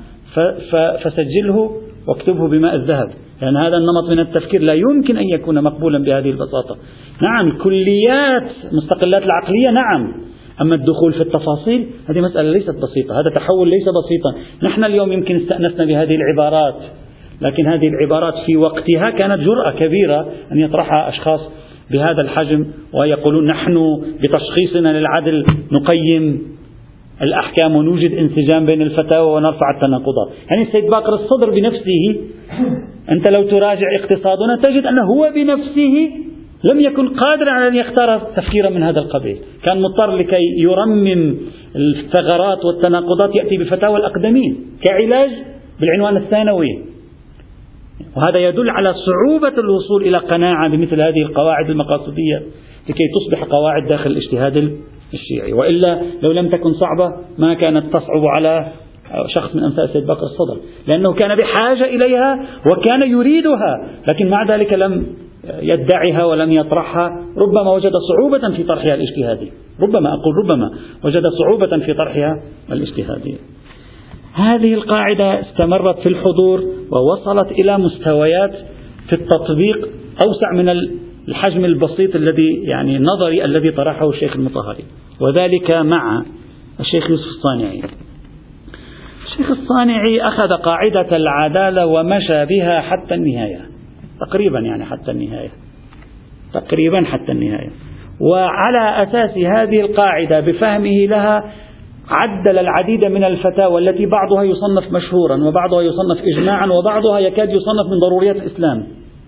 S1: فسجله واكتبه بماء الذهب، لأن هذا النمط من التفكير لا يمكن أن يكون مقبولا بهذه البساطة. نعم الكليات مستقلات العقلية، نعم، أما الدخول في التفاصيل هذه مسألة ليست بسيطة، هذا تحول ليس بسيطا. نحن اليوم يمكن استأنسنا بهذه العبارات، لكن هذه العبارات في وقتها كانت جرأة كبيرة أن يطرحها أشخاص بهذا الحجم ويقولون نحن بتشخيصنا للعدل نقيم الأحكام ونوجد انسجام بين الفتاوى ونرفع التناقضات. يعني السيد باقر الصدر بنفسه، أنت لو تراجع اقتصادنا تجد أنه هو بنفسه لم يكن قادرا على أن يختار تفكيرا من هذا القبيل، كان مضطر لكي يرمم الثغرات والتناقضات يأتي بفتاوى الأقدمين كعلاج بالعنوان الثانوي. وهذا يدل على صعوبة الوصول إلى قناعة بمثل هذه القواعد المقاصدية لكي تصبح قواعد داخل الاجتهاد الشيعي، وإلا لو لم تكن صعبة ما كانت تصعب على شخص من أمثال السيد باقر الصدر، لأنه كان بحاجة إليها وكان يريدها، لكن مع ذلك لم يدعيها ولم يطرحها. ربما وجد صعوبة في طرحها الاجتهادي، ربما أقول ربما وجد صعوبة في طرحها الاجتهادي. هذه القاعدة استمرت في الحضور ووصلت إلى مستويات في التطبيق أوسع من الحجم البسيط الذي يعني النظري الذي طرحه الشيخ المطهري، وذلك مع الشيخ يوسف الصانعي. الشيخ الصانعي أخذ قاعدة العدالة ومشى بها حتى النهاية، تقريبا يعني حتى النهاية تقريبا حتى النهاية وعلى أساس هذه القاعدة بفهمه لها عدل العديد من الفتاوى التي بعضها يصنف مشهورا وبعضها يصنف إجماعا وبعضها يكاد يصنف من ضروريات الإسلام.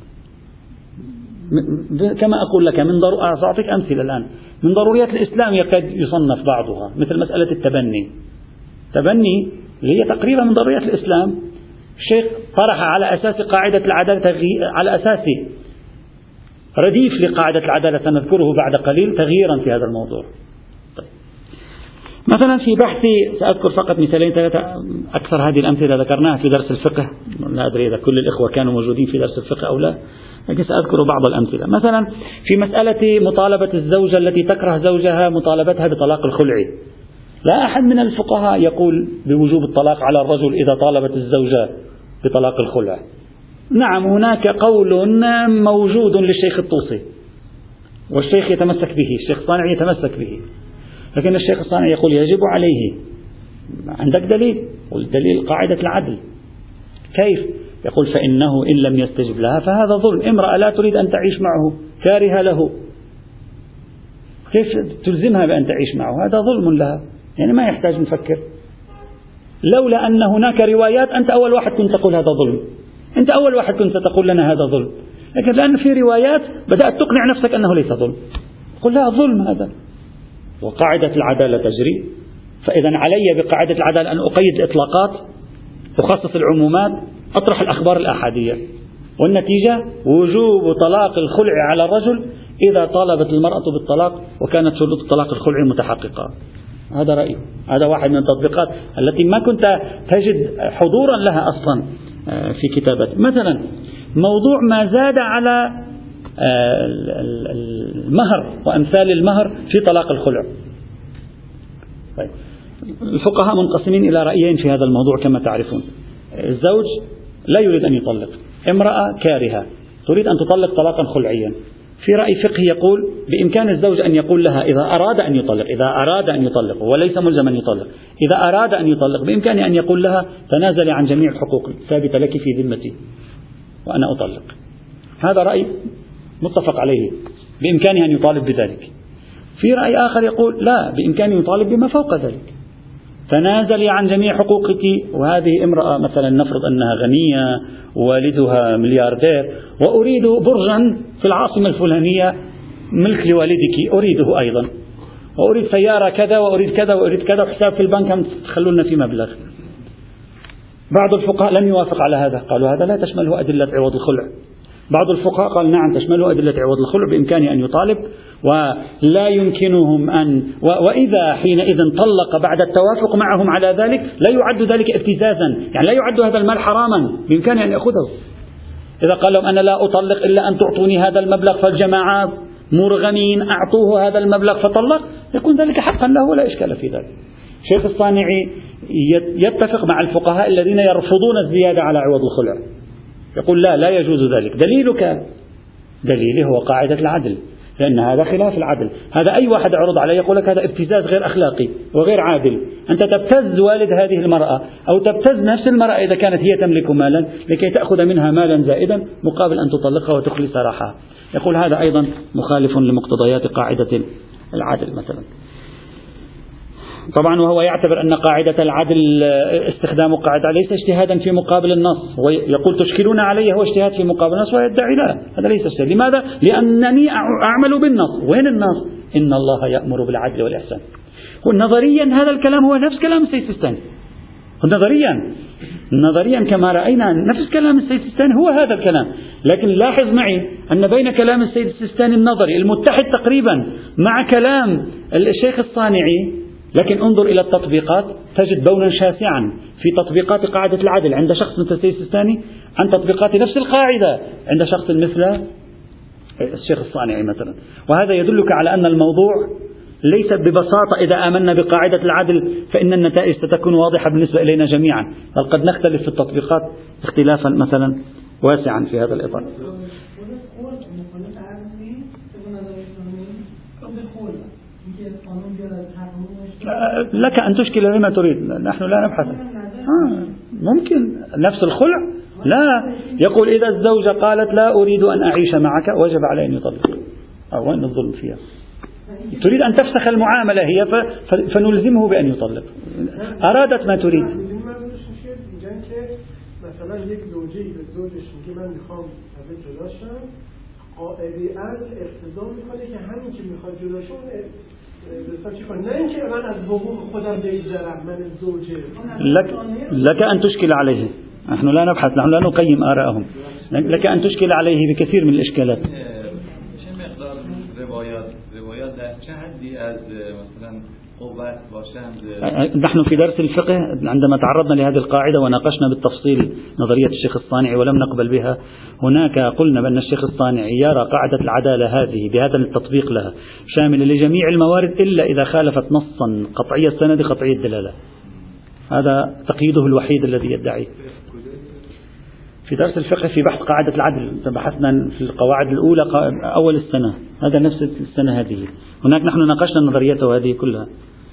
S1: كما أقول لك من ضروريات، أعطيك أمثلة الآن، من ضروريات الإسلام يكاد يصنف بعضها، مثل مسألة التبني. تبني اللي هي تقريبا من ضروريات الإسلام، الشيخ طرح على أساس قاعدة العدالة، على أساس رديف لقاعدة العدالة سنذكره بعد قليل تغييرا في هذا الموضوع. طيب. مثلا في بحثي سأذكر فقط مثالين ثلاثة، أكثر هذه الأمثلة ذكرناها في درس الفقه، لا أدري إذا كل الإخوة كانوا موجودين في درس الفقه أو لا، لكن سأذكر بعض الأمثلة. مثلا في مسألة مطالبة الزوجة التي تكره زوجها مطالبتها بطلاق الخلع، لا أحد من الفقهاء يقول بوجوب الطلاق على الرجل إذا طالبت الزوجة بطلاق الخلع. نعم هناك قول موجود للشيخ الطوسي والشيخ يتمسك به، الشيخ الصانعي يتمسك به، لكن الشيخ الصانعي يقول يجب عليه. عندك دليل؟ والدليل قاعدة العدل. كيف؟ يقول فإنه إن لم يستجب لها فهذا ظلم. امرأة لا تريد أن تعيش معه، كارهة له، كيف تلزمها بأن تعيش معه؟ هذا ظلم لها، يعني ما يحتاج نفكر. لولا أن هناك روايات أنت أول واحد كنت تقول هذا ظلم، أنت أول واحد كنت تقول لنا هذا ظلم، لكن لأن في روايات بدأت تقنع نفسك أنه ليس ظلم، قل لا ظلم هذا. وقاعدة العدالة تجري، فإذا علي بقاعدة العدالة أن أقيد الإطلاقات، أخصص العمومات، أطرح الأخبار الآحادية، والنتيجة وجوب طلاق الخلع على الرجل إذا طالبت المرأة بالطلاق وكانت شروط الطلاق الخلع متحققة. هذا رأيي، هذا واحد من التطبيقات التي ما كنت تجد حضورا لها أصلا في كتابتي. مثلا موضوع ما زاد على المهر وأمثال المهر في طلاق الخلع. طيب. الفقهاء منقسمين إلى رأيين في هذا الموضوع كما تعرفون. الزوج لا يريد أن يطلق، امرأة كارهة تريد أن تطلق طلاقا خلعيا. في رأي فقهي يقول بإمكان الزوج أن يقول لها إذا أراد أن يطلق، إذا أراد أن يطلق وليس ملزما أن يطلق، إذا أراد أن يطلق بإمكانه أن يقول لها تنازلي عن جميع الحقوق الثابتة لك في ذمتي وأنا أطلق. هذا رأي متفق عليه، بإمكانه أن يطالب بذلك. في رأي آخر يقول لا، بإمكانه يطالب بما فوق ذلك، تنازلي عن جميع حقوقك. وهذه امرأة مثلا نفرض أنها غنية والدها ملياردير وأريد برجا في العاصمة الفلانية ملك لوالدك أريده أيضا، وأريد سيارة كذا وأريد كذا وأريد كذا وحساب في البنك هم تخلونا في مبلغ. بعض الفقهاء لم يوافق على هذا، قالوا هذا لا تشمله أدلة عوض الخلع. بعض الفقهاء قال نعم تشمله أدلة عوض الخلع، بإمكانه أن يطالب ولا يمكنهم أن، وإذا حينئذ طلق بعد التوافق معهم على ذلك لا يعد ذلك ابتزازا، يعني لا يعد هذا المال حراما، بإمكانه أن يأخذه. إذا قال لهم أنا لا أطلق إلا أن تعطوني هذا المبلغ فالجماعة مرغمين أعطوه هذا المبلغ فطلق، يكون ذلك حقا له ولا إشكال في ذلك. شيخ الصانعي يتفق مع الفقهاء الذين يرفضون الزيادة على عوض الخلع، يقول لا لا يجوز ذلك. دليلك دليلي هو قاعدة العدل، لأن هذا خلاف العدل. هذا أي واحد يعرض عليه يقول لك هذا ابتزاز غير أخلاقي وغير عادل، أنت تبتز والد هذه المرأة أو تبتز نفس المرأة إذا كانت هي تملك مالا لكي تأخذ منها مالا زائدا مقابل أن تطلقها وتخلي سراحها. يقول هذا أيضا مخالف لمقتضيات قاعدة العدل مثلا. طبعا وهو يعتبر أن قاعدة العدل استخدام قاعدة ليس اجتهادا في مقابل النص، ويقول تشكلون عليه هو اجتهاد في مقابل النص، ويدعي لا هذا ليس اجتهاد. لماذا؟ لأنني أعمل بالنص. وين النص؟ إن الله يأمر بالعدل والإحسان. ونظريا هذا الكلام هو نفس كلام السيد السيستاني، نظريا نظريا كما رأينا نفس كلام السيد السيستاني هو هذا الكلام. لكن لاحظ معي أن بين كلام السيد السيستاني النظري المتحد تقريبا مع كلام الشيخ الصانعي، لكن انظر إلى التطبيقات تجد بونا شاسعا في تطبيقات قاعدة العدل عند شخص مثل السيد السيستاني عن تطبيقات نفس القاعدة عند شخص مثل الشيخ الصانعي مثلا. وهذا يدلك على أن الموضوع ليس ببساطة إذا آمنا بقاعدة العدل فإن النتائج ستكون واضحة بالنسبة إلينا جميعا، بل قد نختلف في التطبيقات اختلافا مثلا واسعا في هذا الإطار. لك أن تشكل لما تريد، نحن لا نبحث. آه ممكن نفس الخلع، لا يقول إذا الزوجة قالت لا أريد أن أعيش معك وجب علي أن يطلق. أو وين الظلم فيها؟ تريد أن تفسخ المعاملة هي فنلزمه بأن يطلق. أرادت ما تريد.
S3: مثلا یک زوجی به زوجش میگه من میخوام از جدا شم، قاعده‌اً اقتضا میکنه که همین که میخواد جدا شم بسا چی کنه، نه اینکه من از حقوق خودم بگذرم من زوجه.
S1: لك لك أن تشكل عليه، نحن لا نبحث، نحن لا نقيم آراءهم، لك أن تشكل عليه بكثير من الإشكالات.
S2: چه مقدار روایات روایات در چه حدی از مثلا قوت باشند؟
S1: نحن في درس الفقه عندما تعرضنا لهذه القاعدة وناقشنا بالتفصيل نظرية الشيخ الصانعي ولم نقبل بها، هناك قلنا بأن الشيخ الصانعي يرى قاعدة العدالة هذه بهذا التطبيق لها شاملة لجميع الموارد إلا إذا خالفت نصا قطعي السند قطعي الدلالة. هذا تقييده الوحيد الذي يدعيه. في درس الفقه في بحث قاعدة العدل بحثنا في القواعد الأولى أول السنة، هذا نفس السنة هذه، هناك نحن ناقشنا نظريته هذه كلها.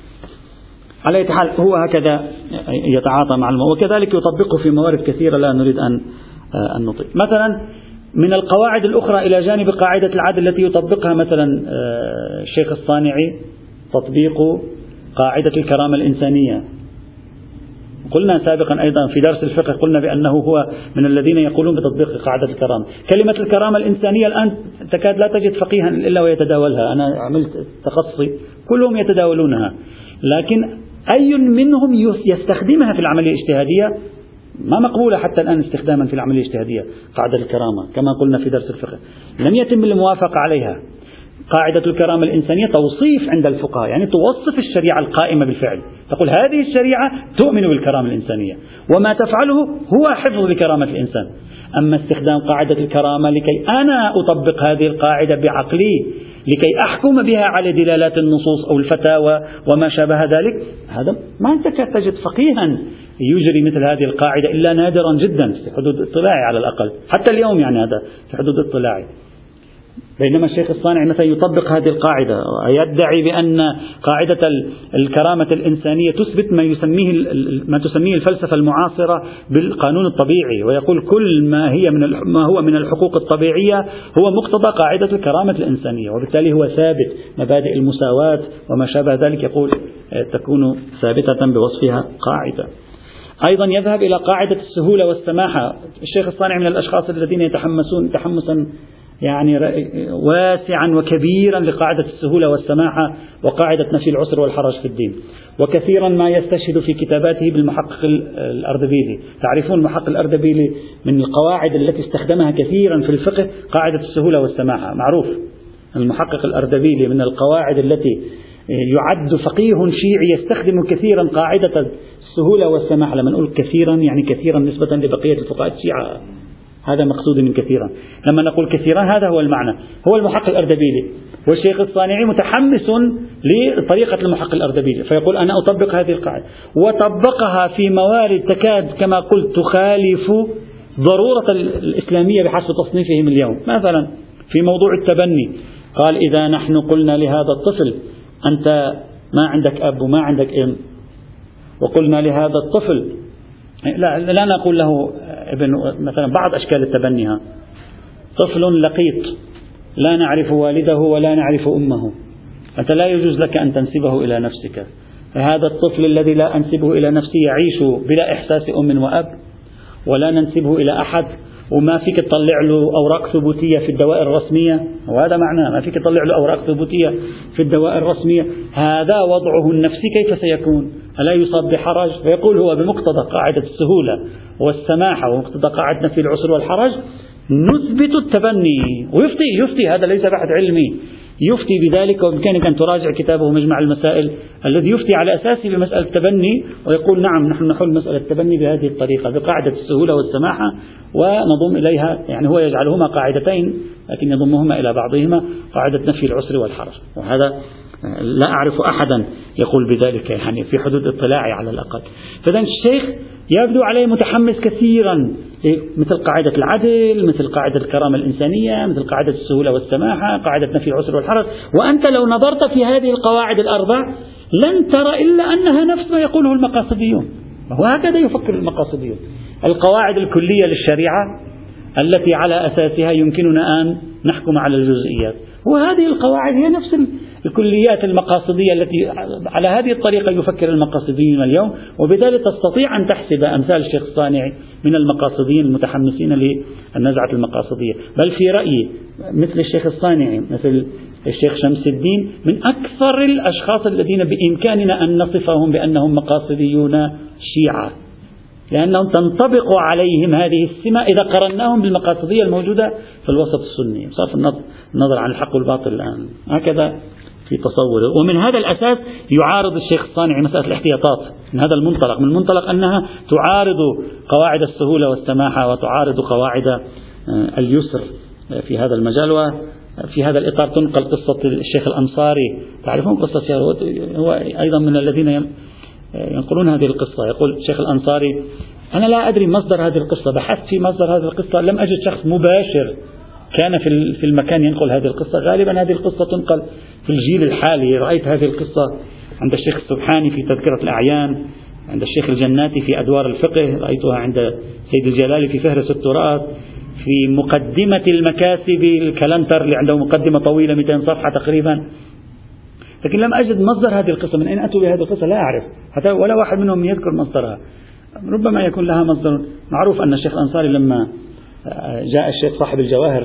S1: على أي حال هو هكذا يتعاطى مع الموضوع، وكذلك يطبقه في موارد كثيرة لا نريد أن أن نطيل. مثلا من القواعد الأخرى إلى جانب قاعدة العدل التي يطبقها مثلا الشيخ الصانعي تطبيق قاعدة الكرامة الإنسانية. قلنا سابقا أيضا في درس الفقه قلنا بأنه هو من الذين يقولون بتطبيق قاعدة الكرامة. كلمة الكرامة الإنسانية الآن تكاد لا تجد فقيها إلا ويتداولها، أنا عملت تخصصي كلهم يتداولونها، لكن أي منهم يستخدمها في العملية الاجتهادية؟ ما مقبولة حتى الآن استخداما في العملية الاجتهادية قاعدة الكرامة كما قلنا في درس الفقه، لم يتم الموافقة عليها. قاعدة الكرامة الإنسانية توصيف عند الفقهاء، يعني توصف الشريعة القائمة بالفعل، تقول هذه الشريعة تؤمن بالكرامة الإنسانية وما تفعله هو حفظ لكرامة الإنسان. أما استخدام قاعدة الكرامة لكي أنا أطبق هذه القاعدة بعقلي لكي أحكم بها على دلالات النصوص أو الفتاوى وما شابه ذلك، هذا ما أنت تجد فقيها يجري مثل هذه القاعدة إلا نادرا جدا في حدود اطلاعي على الأقل، حتى اليوم يعني هذا في حدود اطلاعي. بينما الشيخ الصانعي مثلا يطبق هذه القاعدة ويدعي بأن قاعدة الكرامة الإنسانية تثبت ما يسميه ما تسميه الفلسفة المعاصرة بالقانون الطبيعي، ويقول كل ما هي من ما هو من الحقوق الطبيعية هو مقتضى قاعدة الكرامة الإنسانية، وبالتالي هو ثابت. مبادئ المساواة وما شابه ذلك يقول تكون ثابتة بوصفها قاعدة. أيضا يذهب إلى قاعدة السهولة والسماحة. الشيخ الصانعي من الأشخاص الذين يتحمسون تحمسا يعني واسعا وكبيرا لقاعدة السهولة والسماحة وقاعدة نفي العسر والحرج في الدين، وكثيرا ما يستشهد في كتاباته بالمحقق الأردبيلي. تعرفون المحقق الأردبيلي من القواعد التي استخدمها كثيرا في الفقه قاعدة السهولة والسماحة، معروف. المحقق الأردبيلي من القواعد التي يعد فقيه شيعي يستخدم كثيرا قاعدة السهولة والسماحة. لما نقول كثيرا يعني كثيرا نسبة لبقية الفقهاء الشيعة، هذا مقصود من كثيرا. لما نقول كثيرا هذا هو المعنى. هو المحقق الأردبيلي والشيخ الصانعي متحمس لطريقة المحقق الأردبيلي، فيقول أنا أطبق هذه القاعدة، وطبقها في موارد تكاد كما قلت تخالف ضرورة الإسلامية بحسب تصنيفهم اليوم. مثلا في موضوع التبني قال إذا نحن قلنا لهذا الطفل أنت ما عندك أب وما عندك أم، وقلنا لهذا الطفل لا, لا نقول له ابن، مثلا بعض أشكال التبني، طفل لقيط لا نعرف والده ولا نعرف أمه، أنت لا يجوز لك أن تنسبه إلى نفسك. هذا الطفل الذي لا أنسبه إلى نفسي يعيش بلا إحساس أم وأب، ولا ننسبه إلى أحد، وما فيك تطلع له أوراق ثبوتية في الدوائر الرسمية، وهذا معناه ما فيك تطلع له أوراق ثبوتية في الدوائر الرسمية. هذا وضعه النفسي كيف سيكون؟ ألا يصاب بحرج؟ فيقول هو بمقتضى قاعدة السهولة والسماحة ومقتضى قاعدة نفي العسر والحرج نثبت التبني، ويفتي يفتي هذا ليس بحث علمي، يفتي بذلك. وبإمكانك أن تراجع كتابه مجمع المسائل الذي يفتي على أساسه بمسألة التبني، ويقول نعم نحن نحل مسألة التبني بهذه الطريقة بقاعدة السهولة والسماحة، ونضم إليها، يعني هو يجعلهما قاعدتين لكن يضمهما إلى بعضهما، قاعدة نفي العسر والحرج. وهذا لا أعرف أحدا يقول بذلك، يعني في حدود اطلاعي على الأقل. فإذا الشيخ يبدو عليه متحمس كثيرا مثل قاعدة العدل، مثل قاعدة الكرامة الإنسانية، مثل قاعدة السهولة والسماحة، قاعدة نفي العسر والحرج. وأنت لو نظرت في هذه القواعد الأربع لن ترى إلا أنها نفس ما يقوله المقاصديون، وهكذا يفكر المقاصديون. القواعد الكلية للشريعة التي على أساسها يمكننا أن نحكم على الجزئيات، وهذه القواعد هي نفس الكليات المقاصدية التي على هذه الطريقة يفكر المقاصديون اليوم. وبذلك تستطيع أن تحسب أمثال الشيخ الصانعي من المقاصديين المتحمسين للنزعة المقاصدية، بل في رأيي مثل الشيخ الصانعي مثل الشيخ شمس الدين من أكثر الأشخاص الذين بإمكاننا أن نصفهم بأنهم مقاصديون شيعة، لأنهم تنطبق عليهم هذه السمة إذا قرناهم بالمقاصدية الموجودة في الوسط السني. صرف النظر عن الحق والباطل الآن هكذا في تصوره. ومن هذا الأساس يعارض الشيخ الصانعي مسألة الاحتياطات من هذا المنطلق، من المنطلق أنها تعارض قواعد السهولة والسماحة وتعارض قواعد اليسر في هذا المجال. وفي هذا الإطار تنقل قصة الشيخ الأنصاري، تعرفون قصة هو أيضا من الذين ينقلون هذه القصة. يقول الشيخ الأنصاري أنا لا أدري مصدر هذه القصة، بحثت في مصدر هذه القصة لم أجد شخص مباشر كان في المكان ينقل هذه القصة. غالبا هذه القصة تنقل في الجيل الحالي. رأيت هذه القصة عند الشيخ السبحاني في تذكرة الأعيان، عند الشيخ الجناتي في أدوار الفقه، رأيتها عند سيد الجلالي في فهرس التراث، في مقدمة المكاسب الكلنتر اللي عنده مقدمة طويلة مئتين صفحة تقريبا، لكن لم أجد مصدر هذه القصة. من أين أتوا بهذه القصة لا أعرف، حتى ولا واحد منهم يذكر مصدرها. ربما يكون لها مصدر. معروف أن الشيخ الأنصاري لما جاء الشيخ صاحب الجواهر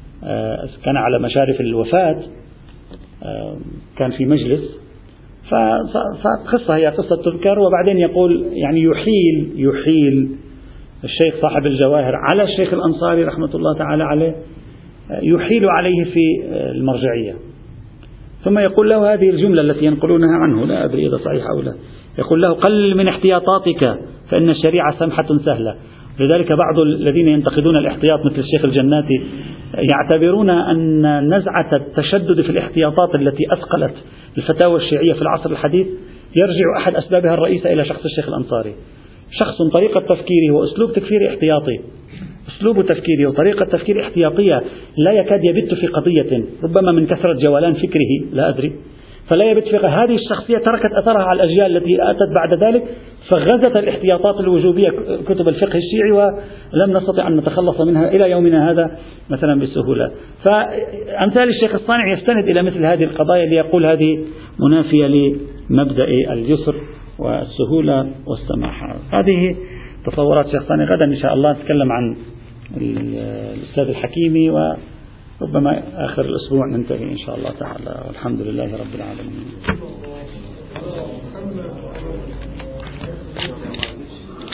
S1: كان على مشارف الوفاة، كان في مجلس، فقصة هي قصة تذكر، وبعدين يقول يعني يحيل يحيل الشيخ صاحب الجواهر على الشيخ الأنصاري رحمة الله تعالى عليه، يحيل عليه في المرجعية، ثم يقول له هذه الجملة التي ينقلونها عنه، لا أدري إذا صحيحة أو لا، يقول له قلل من احتياطاتك فإن الشريعة سمحة سهلة. لذلك بعض الذين ينتقدون الاحتياط مثل الشيخ الجناتي يعتبرون أن نزعة التشدد في الاحتياطات التي أثقلت الفتاوى الشيعية في العصر الحديث يرجع أحد أسبابها الرئيسة إلى شخص الشيخ الأنصاري. شخص طريقة تفكيره وأسلوب تكفير احتياطي، أسلوب تفكيره وطريقة تفكير احتياطية لا يكاد يبت في قضية، ربما من كثرة جولان فكره لا أدري، فلا يبت في قضية. هذه الشخصية تركت أثرها على الأجيال التي أتت بعد ذلك، فغزت الاحتياطات الوجوبية كتب الفقه الشيعي ولم نستطع أن نتخلص منها إلى يومنا هذا مثلا بسهولة. فأمثال الشيخ الصانع يستند إلى مثل هذه القضايا ليقول هذه منافية لمبدأ اليسر والسهولة والسماحة. هذه تصورات الشيخ الصانع. غدا إن شاء الله نتكلم عن الأستاذ الحكيمي، وربما آخر الأسبوع ننتهي إن شاء الله تعالى، والحمد لله رب العالمين.